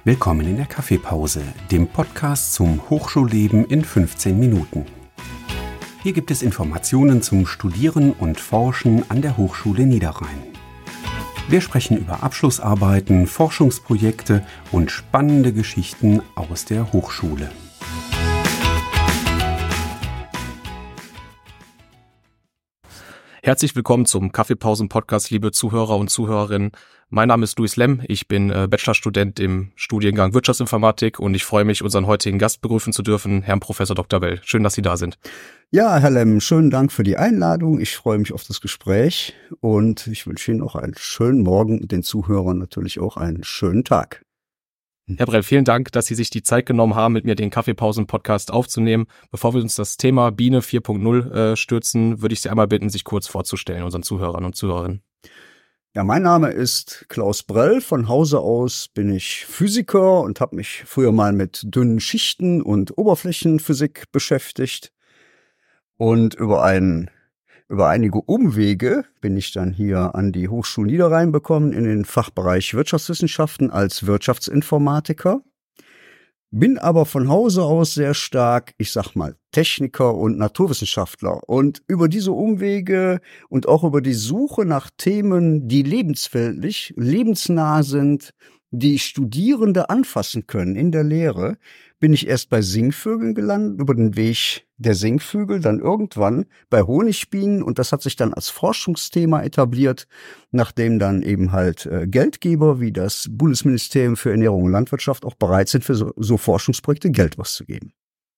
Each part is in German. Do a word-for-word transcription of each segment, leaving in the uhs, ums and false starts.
Willkommen in der Kaffeepause, dem Podcast zum Hochschulleben in fünfzehn Minuten. Hier gibt es Informationen zum Studieren und Forschen an der Hochschule Niederrhein. Wir sprechen über Abschlussarbeiten, Forschungsprojekte und spannende Geschichten aus der Hochschule. Herzlich willkommen zum Kaffeepausen-Podcast, liebe Zuhörer und Zuhörerinnen. Mein Name ist Luis Lemm, ich bin äh, Bachelorstudent im Studiengang Wirtschaftsinformatik und ich freue mich, unseren heutigen Gast begrüßen zu dürfen, Herrn Professor Doktor Bell. Schön, dass Sie da sind. Ja, Herr Lemm, schönen Dank für die Einladung. Ich freue mich auf das Gespräch und ich wünsche Ihnen auch einen schönen Morgen und den Zuhörern natürlich auch einen schönen Tag. Herr Brell, vielen Dank, dass Sie sich die Zeit genommen haben, mit mir den Kaffeepausen-Podcast aufzunehmen. Bevor wir uns das Thema Biene vier Punkt null äh, stürzen, würde ich Sie einmal bitten, sich kurz vorzustellen, unseren Zuhörern und Zuhörerinnen. Ja, mein Name ist Klaus Brell. Von Hause aus bin ich Physiker und habe mich früher mal mit dünnen Schichten und Oberflächenphysik beschäftigt. Und über einen Über einige Umwege bin ich dann hier an die Hochschule Niederrhein gekommen in den Fachbereich Wirtschaftswissenschaften als Wirtschaftsinformatiker. Bin aber von Hause aus sehr stark, ich sag mal, Techniker und Naturwissenschaftler. Und über diese Umwege und auch über die Suche nach Themen, die lebensweltlich, lebensnah sind, die Studierende anfassen können in der Lehre, bin ich erst bei Singvögeln gelandet, über den Weg der Singvögel, dann irgendwann bei Honigbienen und das hat sich dann als Forschungsthema etabliert, nachdem dann eben halt äh, Geldgeber wie das Bundesministerium für Ernährung und Landwirtschaft auch bereit sind, für so, so Forschungsprojekte Geld auszugeben.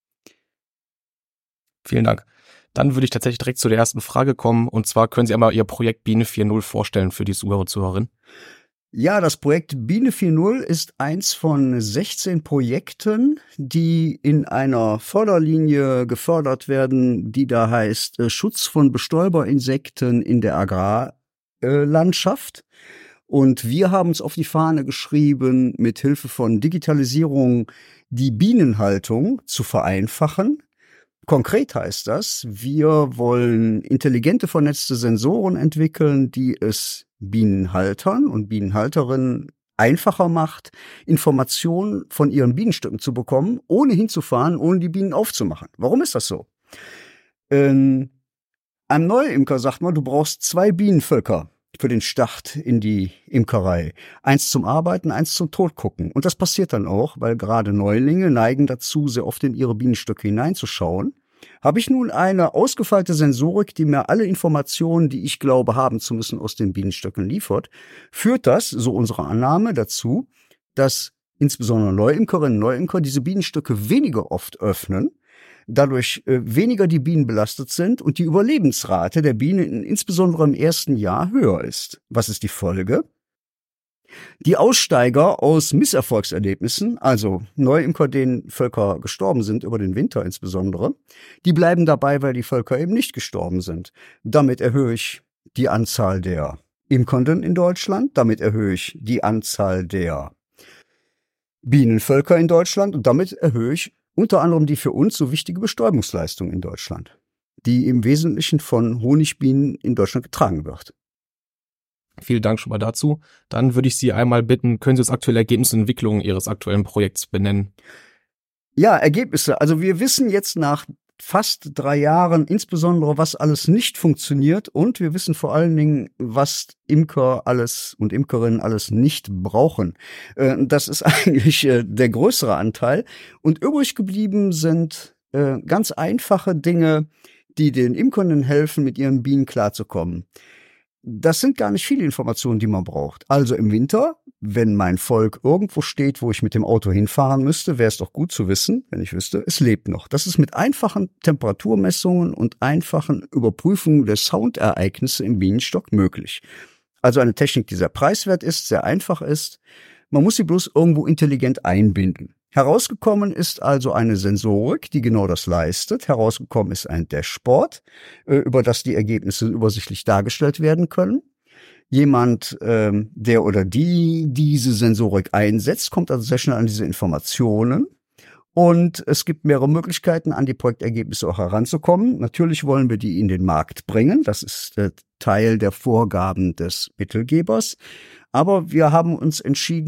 Vielen Dank. Dann würde ich tatsächlich direkt zu der ersten Frage kommen und zwar können Sie einmal Ihr Projekt Biene vier Punkt null vorstellen für die Zuhörer und Zuhörerinnen. Ja, das Projekt Biene vier Punkt null ist eins von sechzehn Projekten, die in einer Förderlinie gefördert werden, die da heißt äh, Schutz von Bestäuberinsekten in der Agrarlandschaft. Und wir haben uns auf die Fahne geschrieben, mit Hilfe von Digitalisierung die Bienenhaltung zu vereinfachen. Konkret heißt das, wir wollen intelligente vernetzte Sensoren entwickeln, die es Bienenhaltern und Bienenhalterinnen einfacher macht, Informationen von ihren Bienenstöcken zu bekommen, ohne hinzufahren, ohne die Bienen aufzumachen. Warum ist das so? Ähm, einem Neuimker sagt man, du brauchst zwei Bienenvölker für den Start in die Imkerei. Eins zum Arbeiten, eins zum Totgucken. Und das passiert dann auch, weil gerade Neulinge neigen dazu, sehr oft in ihre Bienenstöcke hineinzuschauen. Habe ich nun eine ausgefeilte Sensorik, die mir alle Informationen, die ich glaube haben zu müssen, aus den Bienenstöcken liefert, führt das, so unsere Annahme, dazu, dass insbesondere Neuimkerinnen und Neuimker diese Bienenstöcke weniger oft öffnen, dadurch äh, weniger die Bienen belastet sind und die Überlebensrate der Bienen insbesondere im ersten Jahr höher ist. Was ist die Folge? Die Aussteiger aus Misserfolgserlebnissen, also Neuimker, denen Völker gestorben sind, über den Winter insbesondere, die bleiben dabei, weil die Völker eben nicht gestorben sind. Damit erhöhe ich die Anzahl der Imkernden in Deutschland, damit erhöhe ich die Anzahl der Bienenvölker in Deutschland und damit erhöhe ich unter anderem die für uns so wichtige Bestäubungsleistung in Deutschland, die im Wesentlichen von Honigbienen in Deutschland getragen wird. Vielen Dank schon mal dazu. Dann würde ich Sie einmal bitten, können Sie das aktuelle Ergebnis und Entwicklung Ihres aktuellen Projekts benennen? Ja, Ergebnisse. Also wir wissen jetzt nach fast drei Jahren insbesondere, was alles nicht funktioniert und wir wissen vor allen Dingen, was Imker alles und Imkerinnen alles nicht brauchen. Das ist eigentlich der größere Anteil. Und übrig geblieben sind ganz einfache Dinge, die den Imkerinnen helfen, mit ihren Bienen klarzukommen. Das sind gar nicht viele Informationen, die man braucht. Also im Winter, wenn mein Volk irgendwo steht, wo ich mit dem Auto hinfahren müsste, wäre es doch gut zu wissen, wenn ich wüsste, es lebt noch. Das ist mit einfachen Temperaturmessungen und einfachen Überprüfungen der Soundereignisse im Bienenstock möglich. Also eine Technik, die sehr preiswert ist, sehr einfach ist. Man muss sie bloß irgendwo intelligent einbinden. Herausgekommen ist also eine Sensorik, die genau das leistet. Herausgekommen ist ein Dashboard, über das die Ergebnisse übersichtlich dargestellt werden können. Jemand, ähm, der oder die diese Sensorik einsetzt, kommt also sehr schnell an diese Informationen. Und es gibt mehrere Möglichkeiten, an die Projektergebnisse auch heranzukommen. Natürlich wollen wir die in den Markt bringen. Das ist äh, Teil der Vorgaben des Mittelgebers. Aber wir haben uns entschieden,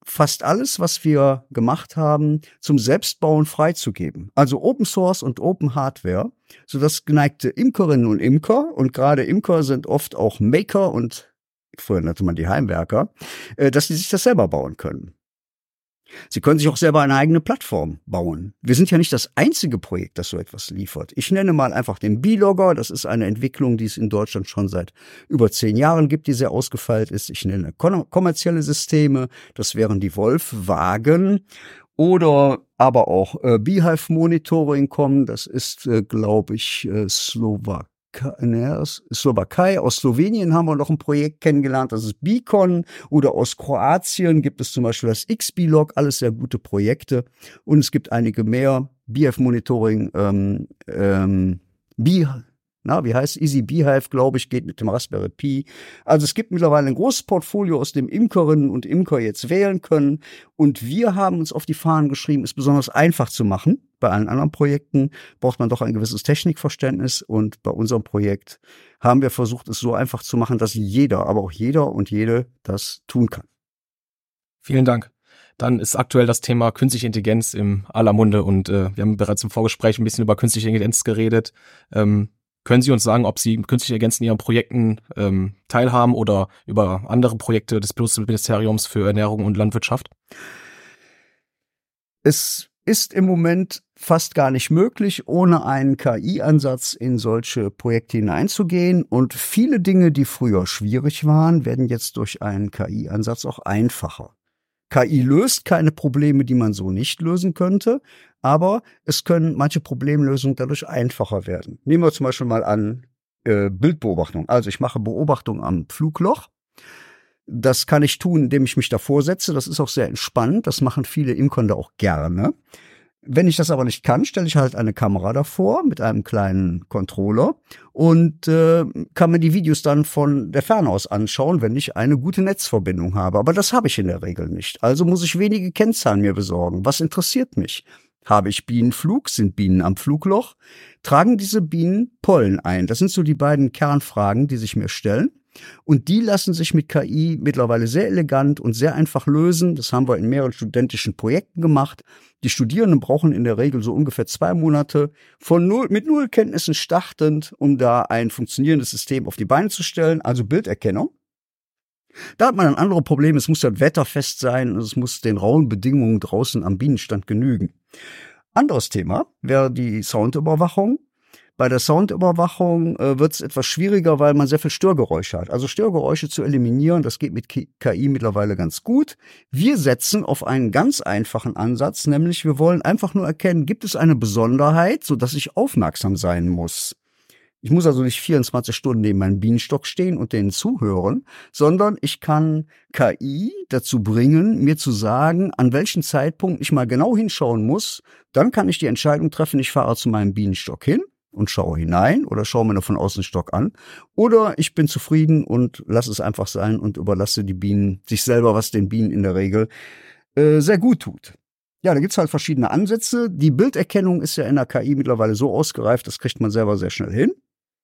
fast alles, was wir gemacht haben, zum Selbstbauen freizugeben. Also Open Source und Open Hardware, sodass geneigte Imkerinnen und Imker, und gerade Imker sind oft auch Maker und früher nannte man die Heimwerker, dass die sich das selber bauen können. Sie können sich auch selber eine eigene Plattform bauen. Wir sind ja nicht das einzige Projekt, das so etwas liefert. Ich nenne mal einfach den B-Logger. Das ist eine Entwicklung, die es in Deutschland schon seit über zehn Jahren gibt, die sehr ausgefeilt ist. Ich nenne kommerzielle Systeme. Das wären die Wolf-Wagen. Oder aber auch äh, Beehive Monitoring kommen. Das ist, äh, glaube ich, äh, Slowak. Ne, aus Slowakei, aus Slowenien haben wir noch ein Projekt kennengelernt, das ist Beacon, oder aus Kroatien gibt es zum Beispiel das X B Log, alles sehr gute Projekte, und es gibt einige mehr, Beehive Monitoring, ähm, ähm, Bee, na, wie heißt Easy Beehive, glaube ich, geht mit dem Raspberry Pi. Also es gibt mittlerweile ein großes Portfolio, aus dem Imkerinnen und Imker jetzt wählen können, und wir haben uns auf die Fahnen geschrieben, es besonders einfach zu machen. Bei allen anderen Projekten braucht man doch ein gewisses Technikverständnis, und bei unserem Projekt haben wir versucht, es so einfach zu machen, dass jeder, aber auch jeder und jede das tun kann. Vielen Dank. Dann ist aktuell das Thema künstliche Intelligenz im aller Munde, und äh, wir haben bereits im Vorgespräch ein bisschen über künstliche Intelligenz geredet. Ähm, können Sie uns sagen, ob Sie künstliche Intelligenz in Ihren Projekten ähm, teilhaben oder über andere Projekte des Bundesministeriums für Ernährung und Landwirtschaft? Es ist im Moment fast gar nicht möglich, ohne einen K I-Ansatz in solche Projekte hineinzugehen. Und viele Dinge, die früher schwierig waren, werden jetzt durch einen K I-Ansatz auch einfacher. K I löst keine Probleme, die man so nicht lösen könnte, aber es können manche Problemlösungen dadurch einfacher werden. Nehmen wir zum Beispiel mal an äh, Bildbeobachtung. Also ich mache Beobachtung am Flugloch. Das kann ich tun, indem ich mich davor setze. Das ist auch sehr entspannt. Das machen viele Imker auch gerne. Wenn ich das aber nicht kann, stelle ich halt eine Kamera davor mit einem kleinen Controller und äh, kann mir die Videos dann von der Ferne aus anschauen, wenn ich eine gute Netzverbindung habe. Aber das habe ich in der Regel nicht. Also muss ich wenige Kennzahlen mir besorgen. Was interessiert mich? Habe ich Bienenflug? Sind Bienen am Flugloch? Tragen diese Bienen Pollen ein? Das sind so die beiden Kernfragen, die sich mir stellen. Und die lassen sich mit K I mittlerweile sehr elegant und sehr einfach lösen. Das haben wir in mehreren studentischen Projekten gemacht. Die Studierenden brauchen in der Regel so ungefähr zwei Monate von null, mit null Kenntnissen startend, um da ein funktionierendes System auf die Beine zu stellen, also Bilderkennung. Da hat man ein anderes Problem. Es muss dann wetterfest sein und es muss den rauen Bedingungen draußen am Bienenstand genügen. Anderes Thema wäre die Soundüberwachung. Bei der Soundüberwachung äh, wird es etwas schwieriger, weil man sehr viel Störgeräusche hat. Also Störgeräusche zu eliminieren, das geht mit K I mittlerweile ganz gut. Wir setzen auf einen ganz einfachen Ansatz, nämlich wir wollen einfach nur erkennen, gibt es eine Besonderheit, sodass ich aufmerksam sein muss. Ich muss also nicht vierundzwanzig Stunden neben meinem Bienenstock stehen und denen zuhören, sondern ich kann K I dazu bringen, mir zu sagen, an welchem Zeitpunkt ich mal genau hinschauen muss. Dann kann ich die Entscheidung treffen, ich fahre zu meinem Bienenstock hin und schaue hinein oder schaue mir nur von außen den Stock an. Oder ich bin zufrieden und lasse es einfach sein und überlasse die Bienen sich selber, was den Bienen in der Regel äh, sehr gut tut. Ja, da gibt's halt verschiedene Ansätze. Die Bilderkennung ist ja in der K I mittlerweile so ausgereift, das kriegt man selber sehr schnell hin.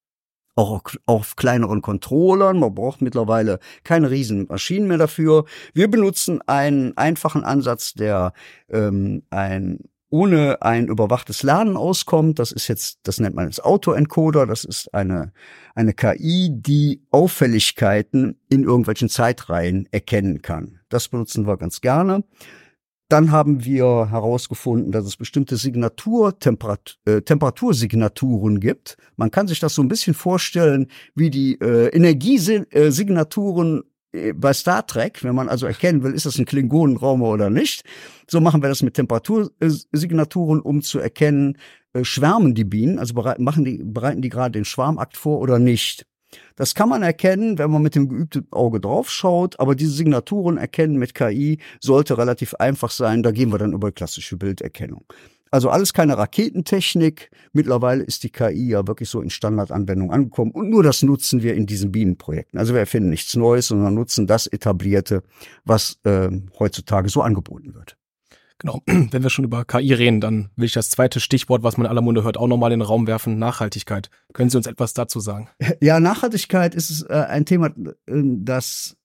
Auch auf kleineren Controllern. Man braucht mittlerweile keine riesen Maschinen mehr dafür. Wir benutzen einen einfachen Ansatz, der ähm, ein ohne ein überwachtes Lernen auskommt. Das ist jetzt, das nennt man jetzt Autoencoder. Das ist eine, eine K I, die Auffälligkeiten in irgendwelchen Zeitreihen erkennen kann. Das benutzen wir ganz gerne. Dann haben wir herausgefunden, dass es bestimmte Signatur, Temperat, äh, Temperatursignaturen gibt. Man kann sich das so ein bisschen vorstellen wie die äh, Energiesignaturen bei Star Trek, wenn man also erkennen will, ist das ein Klingonenraum oder nicht. So machen wir das mit Temperatursignaturen, um zu erkennen, äh, schwärmen die Bienen, also bereiten, machen die, bereiten die gerade den Schwarmakt vor oder nicht. Das kann man erkennen, wenn man mit dem geübten Auge draufschaut, aber diese Signaturen erkennen mit K I sollte relativ einfach sein. Da gehen wir dann über klassische Bilderkennung. Also alles keine Raketentechnik. Mittlerweile ist die K I ja wirklich so in Standardanwendung angekommen. Und nur das nutzen wir in diesen Bienenprojekten. Also wir erfinden nichts Neues, sondern nutzen das Etablierte, was äh, heutzutage so angeboten wird. Genau, wenn wir schon über K I reden, dann will ich das zweite Stichwort, was man in aller Munde hört, auch nochmal in den Raum werfen, Nachhaltigkeit. Können Sie uns etwas dazu sagen? Ja, Nachhaltigkeit ist äh, ein Thema, äh, das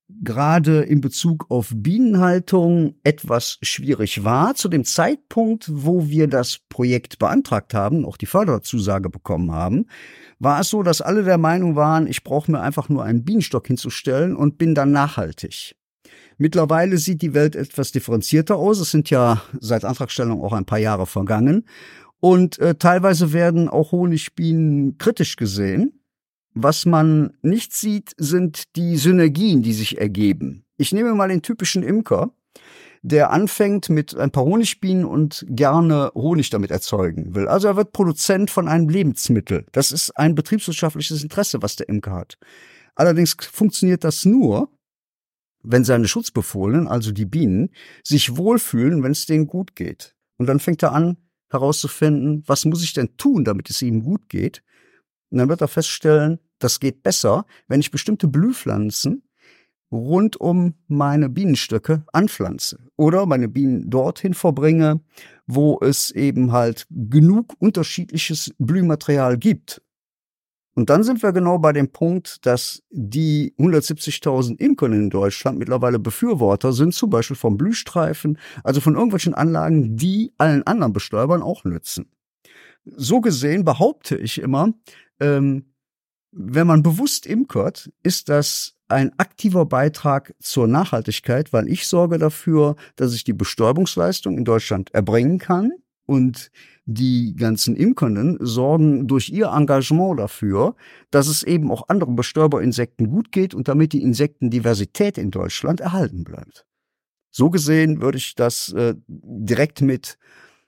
gerade in Bezug auf Bienenhaltung etwas schwierig war. Zu dem Zeitpunkt, wo wir das Projekt beantragt haben, auch die Förderzusage bekommen haben, war es so, dass alle der Meinung waren, ich brauche mir einfach nur einen Bienenstock hinzustellen und bin dann nachhaltig. Mittlerweile sieht die Welt etwas differenzierter aus. Es sind ja seit Antragstellung auch ein paar Jahre vergangen. Und äh, teilweise werden auch Honigbienen kritisch gesehen. Was man nicht sieht, sind die Synergien, die sich ergeben. Ich nehme mal den typischen Imker, der anfängt mit ein paar Honigbienen und gerne Honig damit erzeugen will. Also er wird Produzent von einem Lebensmittel. Das ist ein betriebswirtschaftliches Interesse, was der Imker hat. Allerdings funktioniert das nur, wenn seine Schutzbefohlenen, also die Bienen, sich wohlfühlen, wenn es denen gut geht. Und dann fängt er an, herauszufinden, was muss ich denn tun, damit es ihnen gut geht. Und dann wird er feststellen, das geht besser, wenn ich bestimmte Blühpflanzen rund um meine Bienenstöcke anpflanze oder meine Bienen dorthin verbringe, wo es eben halt genug unterschiedliches Blühmaterial gibt. Und dann sind wir genau bei dem Punkt, dass die hundertsiebzigtausend Imker in Deutschland mittlerweile Befürworter sind, zum Beispiel vom Blühstreifen, also von irgendwelchen Anlagen, die allen anderen Bestäubern auch nützen. So gesehen behaupte ich immer, ähm, wenn man bewusst imkert, ist das ein aktiver Beitrag zur Nachhaltigkeit, weil ich sorge dafür, dass ich die Bestäubungsleistung in Deutschland erbringen kann. Und die ganzen Imkernden sorgen durch ihr Engagement dafür, dass es eben auch anderen Bestäuberinsekten gut geht und damit die Insektendiversität in Deutschland erhalten bleibt. So gesehen würde ich das äh, direkt mit,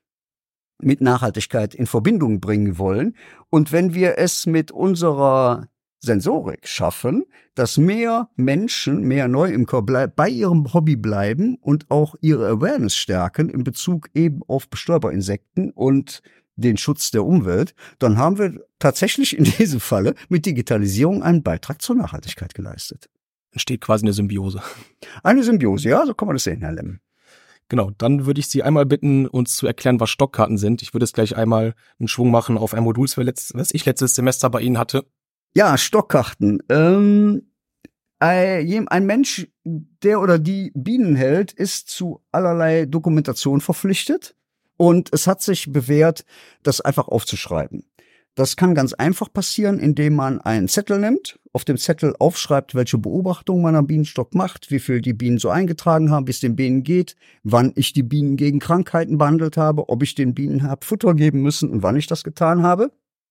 mit Nachhaltigkeit in Verbindung bringen wollen. Und wenn wir es mit unserer Sensorik schaffen, dass mehr Menschen, mehr Neuimker bleib, bei ihrem Hobby bleiben und auch ihre Awareness stärken in Bezug eben auf Bestäuberinsekten und den Schutz der Umwelt, dann haben wir tatsächlich in diesem Falle mit Digitalisierung einen Beitrag zur Nachhaltigkeit geleistet. Entsteht quasi eine Symbiose. Eine Symbiose, ja, so kann man das sehen, Herr Lemm. Genau, dann würde ich Sie einmal bitten, uns zu erklären, was Stockkarten sind. Ich würde jetzt gleich einmal einen Schwung machen auf ein Modul, was ich letztes Semester bei Ihnen hatte. Ja, Stockkarten. Ähm, ein Mensch, der oder die Bienen hält, ist zu allerlei Dokumentation verpflichtet. Und es hat sich bewährt, das einfach aufzuschreiben. Das kann ganz einfach passieren, indem man einen Zettel nimmt, auf dem Zettel aufschreibt, welche Beobachtungen man am Bienenstock macht, wie viel die Bienen so eingetragen haben, wie es den Bienen geht, wann ich die Bienen gegen Krankheiten behandelt habe, ob ich den Bienen habe Futter geben müssen und wann ich das getan habe.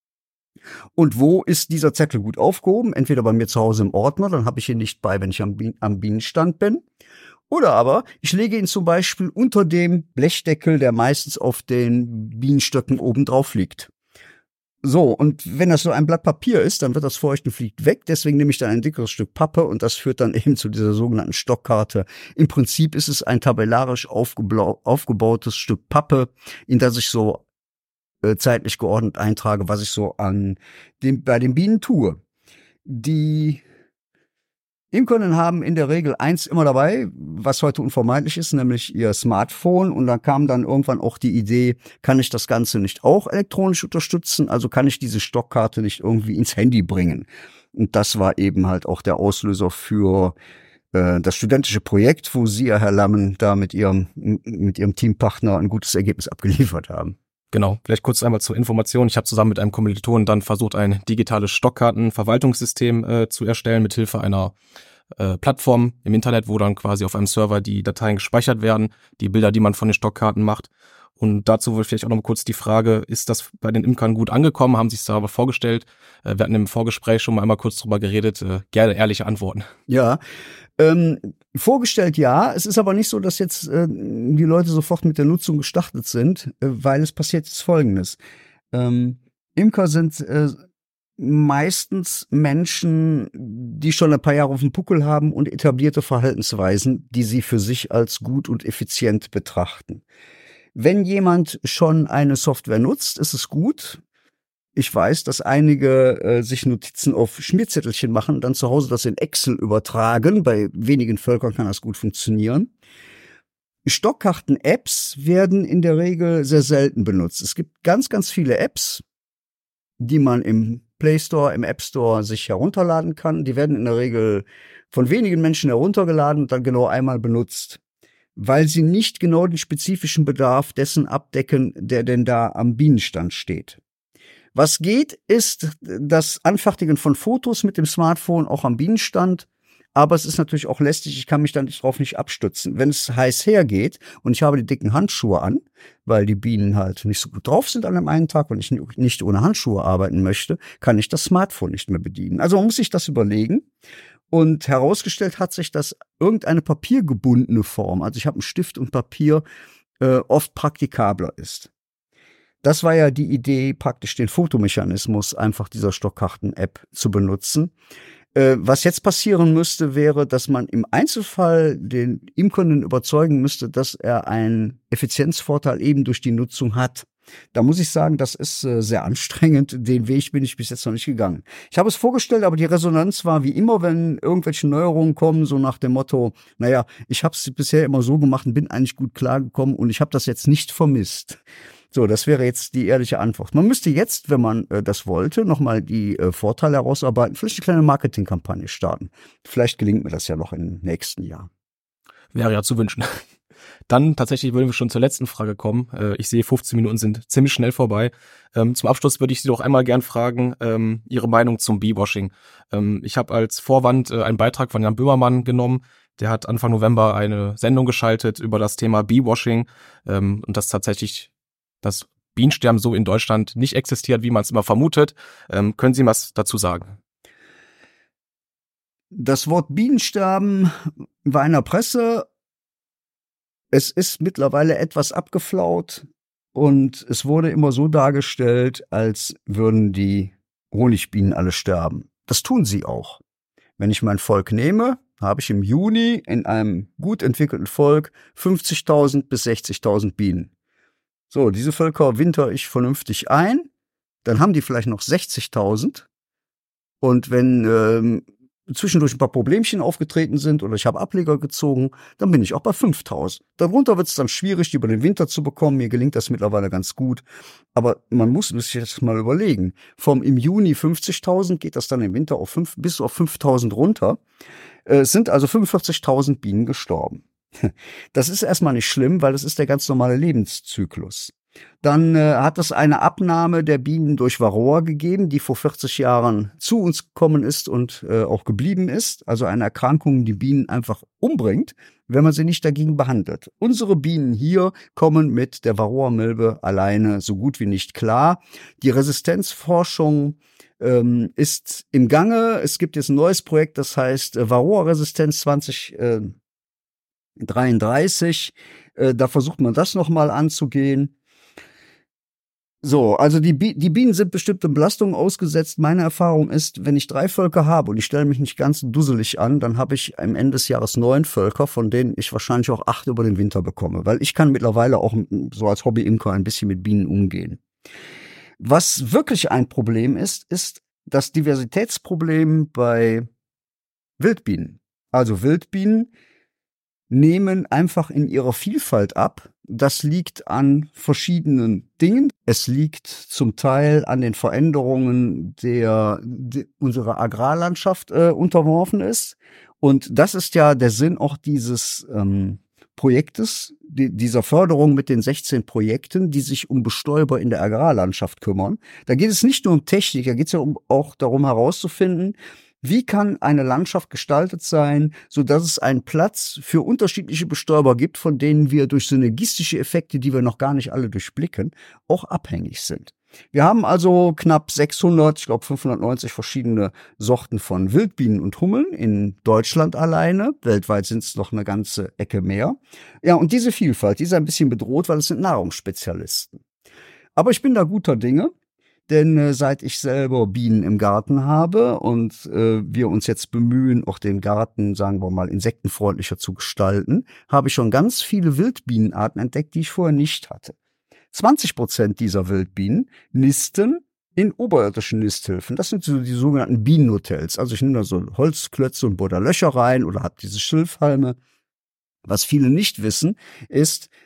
Und wo ist dieser Zettel gut aufgehoben? Entweder bei mir zu Hause im Ordner, dann habe ich ihn nicht bei, wenn ich am, Bien- am Bienenstand bin. Oder aber ich lege ihn zum Beispiel unter dem Blechdeckel, der meistens auf den Bienenstöcken oben drauf liegt. So, und wenn das so ein Blatt Papier ist, dann wird das feucht und fliegt weg. Deswegen nehme ich dann ein dickeres Stück Pappe und das führt dann eben zu dieser sogenannten Stockkarte. Im Prinzip ist es ein tabellarisch aufgeblau- aufgebautes Stück Pappe, in das ich so zeitlich geordnet eintrage, was ich so an dem, bei den Bienen tue. Die Imkernden haben in der Regel eins immer dabei, was heute unvermeidlich ist, nämlich ihr Smartphone. Und dann kam dann irgendwann auch die Idee, kann ich das Ganze nicht auch elektronisch unterstützen? Also kann ich diese Stockkarte nicht irgendwie ins Handy bringen? Und das war eben halt auch der Auslöser für äh, das studentische Projekt, wo Sie, Herr Lammen, da mit Ihrem, mit Ihrem Teampartner ein gutes Ergebnis abgeliefert haben. Genau, vielleicht kurz einmal zur Information. Ich habe zusammen mit einem Kommilitonen dann versucht, ein digitales Stockkartenverwaltungssystem äh, zu erstellen, mithilfe einer äh, Plattform im Internet, wo dann quasi auf einem Server die Dateien gespeichert werden, die Bilder, die man von den Stockkarten macht. Und dazu wollte ich vielleicht auch noch mal kurz die Frage, ist das bei den Imkern gut angekommen? Haben Sie sich darüber vorgestellt? Äh, wir hatten im Vorgespräch schon mal einmal kurz drüber geredet. Äh, gerne ehrliche Antworten. Ja, ähm, vorgestellt ja. Es ist aber nicht so, dass jetzt äh, die Leute sofort mit der Nutzung gestartet sind, äh, weil es passiert jetzt Folgendes. Ähm, Imker sind äh, meistens Menschen, die schon ein paar Jahre auf dem Buckel haben und etablierte Verhaltensweisen, die sie für sich als gut und effizient betrachten. Wenn jemand schon eine Software nutzt, ist es gut. Ich weiß, dass einige äh, sich Notizen auf Schmierzettelchen machen, dann zu Hause das in Excel übertragen. Bei wenigen Völkern kann das gut funktionieren. Stockkarten-Apps werden in der Regel sehr selten benutzt. Es gibt ganz, ganz viele Apps, die man im Play Store, im App Store sich herunterladen kann. Die werden in der Regel von wenigen Menschen heruntergeladen und dann genau einmal benutzt, weil sie nicht genau den spezifischen Bedarf dessen abdecken, der denn da am Bienenstand steht. Was geht, ist das Anfertigen von Fotos mit dem Smartphone auch am Bienenstand. Aber es ist natürlich auch lästig, ich kann mich dann darauf nicht abstützen. Wenn es heiß hergeht und ich habe die dicken Handschuhe an, weil die Bienen halt nicht so gut drauf sind an einem einen Tag und ich nicht ohne Handschuhe arbeiten möchte, kann ich das Smartphone nicht mehr bedienen. Also man muss sich das überlegen. Und herausgestellt hat sich, dass irgendeine papiergebundene Form, also ich habe einen Stift und Papier, äh, oft praktikabler ist. Das war ja die Idee, praktisch den Fotomechanismus einfach dieser Stockkarten-App zu benutzen. Was jetzt passieren müsste, wäre, dass man im Einzelfall den Imkernden überzeugen müsste, dass er einen Effizienzvorteil eben durch die Nutzung hat. Da muss ich sagen, das ist äh, sehr anstrengend. Den Weg bin ich bis jetzt noch nicht gegangen. Ich habe es vorgestellt, aber die Resonanz war wie immer, wenn irgendwelche Neuerungen kommen, so nach dem Motto, naja, ich habe es bisher immer so gemacht und bin eigentlich gut klargekommen und ich habe das jetzt nicht vermisst. So, das wäre jetzt die ehrliche Antwort. Man müsste jetzt, wenn man äh, das wollte, nochmal die äh, Vorteile herausarbeiten, vielleicht eine kleine Marketingkampagne starten. Vielleicht gelingt mir das ja noch im nächsten Jahr. Wäre ja zu wünschen. Dann tatsächlich würden wir schon zur letzten Frage kommen. Äh, ich sehe, fünfzehn Minuten sind ziemlich schnell vorbei. Ähm, zum Abschluss würde ich Sie doch einmal gern fragen, ähm, Ihre Meinung zum Bee-Washing. Ähm, ich habe als Vorwand äh, einen Beitrag von Jan Böhmermann genommen. Der hat Anfang November eine Sendung geschaltet über das Thema Bee-Washing ähm, und das tatsächlich das Bienensterben so in Deutschland nicht existiert, wie man es immer vermutet. Ähm, können Sie was dazu sagen? Das Wort Bienensterben war in der Presse. Es ist mittlerweile etwas abgeflaut und es wurde immer so dargestellt, als würden die Honigbienen alle sterben. Das tun sie auch. Wenn ich mein Volk nehme, habe ich im Juni in einem gut entwickelten Volk fünfzigtausend bis sechzigtausend Bienen. So, diese Völker winter ich vernünftig ein, dann haben die vielleicht noch sechzigtausend. Und wenn ähm, zwischendurch ein paar Problemchen aufgetreten sind oder ich habe Ableger gezogen, dann bin ich auch bei fünftausend. Darunter wird es dann schwierig, die über den Winter zu bekommen. Mir gelingt das mittlerweile ganz gut. Aber man muss sich jetzt mal überlegen. Vom im Juni fünfzigtausend geht das dann im Winter auf fünf, bis auf fünftausend runter. Es äh, sind also fünfundvierzigtausend Bienen gestorben. Das ist erstmal nicht schlimm, weil das ist der ganz normale Lebenszyklus. Dann äh, hat es eine Abnahme der Bienen durch Varroa gegeben, die vor vierzig Jahren zu uns gekommen ist und äh, auch geblieben ist. Also eine Erkrankung, die Bienen einfach umbringt, wenn man sie nicht dagegen behandelt. Unsere Bienen hier kommen mit der Varroa-Milbe alleine so gut wie nicht klar. Die Resistenzforschung ähm, ist im Gange. Es gibt jetzt ein neues Projekt, das heißt äh, Varroa-Resistenz zwanzig dreiunddreißig. Äh, da versucht man das nochmal anzugehen. So, also die, Bi- die Bienen sind bestimmten Belastungen ausgesetzt. Meine Erfahrung ist, wenn ich drei Völker habe und ich stelle mich nicht ganz dusselig an, dann habe ich am Ende des Jahres neun Völker, von denen ich wahrscheinlich auch acht über den Winter bekomme, weil ich kann mittlerweile auch so als Hobby-Imker ein bisschen mit Bienen umgehen. Was wirklich ein Problem ist, ist das Diversitätsproblem bei Wildbienen. Also Wildbienen nehmen einfach in ihrer Vielfalt ab. Das liegt an verschiedenen Dingen. Es liegt zum Teil an den Veränderungen, der, die unserer Agrarlandschaft äh, unterworfen ist. Und das ist ja der Sinn auch dieses ähm, Projektes, die, dieser Förderung mit den sechzehn Projekten, die sich um Bestäuber in der Agrarlandschaft kümmern. Da geht es nicht nur um Technik, da geht es ja um, auch darum herauszufinden, wie kann eine Landschaft gestaltet sein, so dass es einen Platz für unterschiedliche Bestäuber gibt, von denen wir durch synergistische Effekte, die wir noch gar nicht alle durchblicken, auch abhängig sind. Wir haben also knapp sechshundert, ich glaube fünfhundertneunzig verschiedene Sorten von Wildbienen und Hummeln in Deutschland alleine. Weltweit sind es noch eine ganze Ecke mehr. Ja, und diese Vielfalt, die ist ein bisschen bedroht, weil es sind Nahrungsspezialisten. Aber ich bin da guter Dinge. Denn äh, seit ich selber Bienen im Garten habe und äh, wir uns jetzt bemühen, auch den Garten, sagen wir mal, insektenfreundlicher zu gestalten, habe ich schon ganz viele Wildbienenarten entdeckt, die ich vorher nicht hatte. zwanzig Prozent dieser Wildbienen nisten in oberirdischen Nisthilfen. Das sind so die sogenannten Bienenhotels. Also ich nehme da so Holzklötze und bohre da Löcher rein oder habe diese Schilfhalme. Was viele nicht wissen, ist,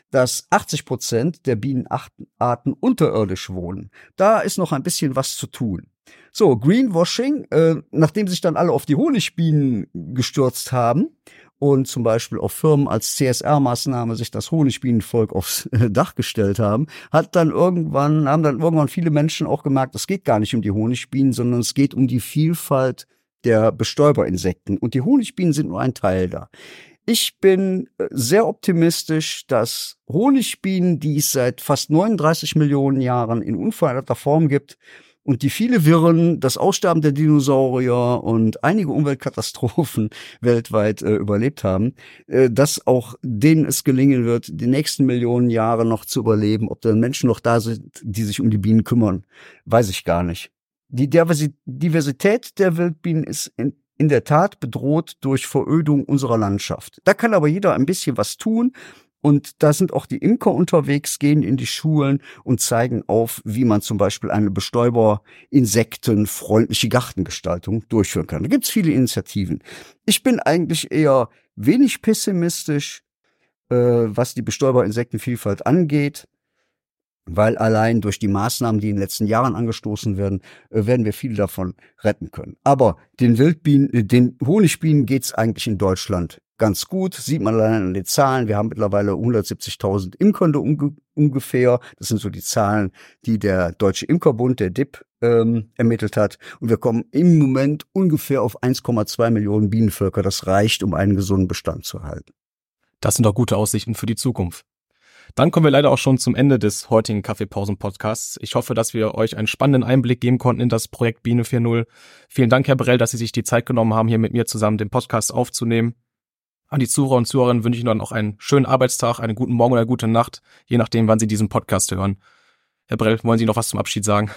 dass achtzig Prozent der Bienenarten unterirdisch wohnen. Da ist noch ein bisschen was zu tun. So, Greenwashing, äh, nachdem sich dann alle auf die Honigbienen gestürzt haben und zum Beispiel auf Firmen als C S R-Maßnahme sich das Honigbienenvolk aufs Dach gestellt haben, hat dann irgendwann, haben dann irgendwann viele Menschen auch gemerkt, es geht gar nicht um die Honigbienen, sondern es geht um die Vielfalt der Bestäuberinsekten. Und die Honigbienen sind nur ein Teil da. Ich bin sehr optimistisch, dass Honigbienen, die es seit fast neununddreißig Millionen Jahren in unveränderter Form gibt und die viele Wirren, das Aussterben der Dinosaurier und einige Umweltkatastrophen weltweit äh, überlebt haben, äh, dass auch denen es gelingen wird, die nächsten Millionen Jahre noch zu überleben. Ob da Menschen noch da sind, die sich um die Bienen kümmern, weiß ich gar nicht. Die Diversität der Wildbienen ist in in der Tat bedroht durch Verödung unserer Landschaft. Da kann aber jeder ein bisschen was tun. Und da sind auch die Imker unterwegs, gehen in die Schulen und zeigen auf, wie man zum Beispiel eine bestäuber-insektenfreundliche Gartengestaltung durchführen kann. Da gibt's viele Initiativen. Ich bin eigentlich eher wenig pessimistisch, äh, was die Bestäuber-Insektenvielfalt angeht. Weil allein durch die Maßnahmen, die in den letzten Jahren angestoßen werden, werden wir viele davon retten können. Aber den Wildbienen, den Honigbienen geht's eigentlich in Deutschland ganz gut. Sieht man allein an den Zahlen. Wir haben mittlerweile hundertsiebzigtausend Imker unge- ungefähr. Das sind so die Zahlen, die der Deutsche Imkerbund, der D I P, ähm, ermittelt hat. Und wir kommen im Moment ungefähr auf eins Komma zwei Millionen Bienenvölker. Das reicht, um einen gesunden Bestand zu halten. Das sind doch gute Aussichten für die Zukunft. Dann kommen wir leider auch schon zum Ende des heutigen Kaffeepausen-Podcasts. Ich hoffe, dass wir euch einen spannenden Einblick geben konnten in das Projekt Biene vier null. Vielen Dank, Herr Brell, dass Sie sich die Zeit genommen haben, hier mit mir zusammen den Podcast aufzunehmen. An die Zuhörer und Zuhörerinnen wünsche ich Ihnen dann auch einen schönen Arbeitstag, einen guten Morgen oder eine gute Nacht, je nachdem, wann Sie diesen Podcast hören. Herr Brell, wollen Sie noch was zum Abschied sagen?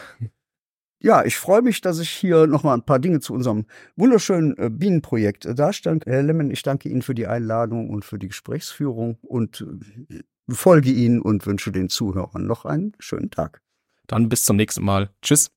Ja, ich freue mich, dass ich hier noch mal ein paar Dinge zu unserem wunderschönen äh, Bienenprojekt äh, darstand. Herr Lemmen, ich danke Ihnen für die Einladung und für die Gesprächsführung und äh, folge Ihnen und wünsche den Zuhörern noch einen schönen Tag. Dann bis zum nächsten Mal. Tschüss.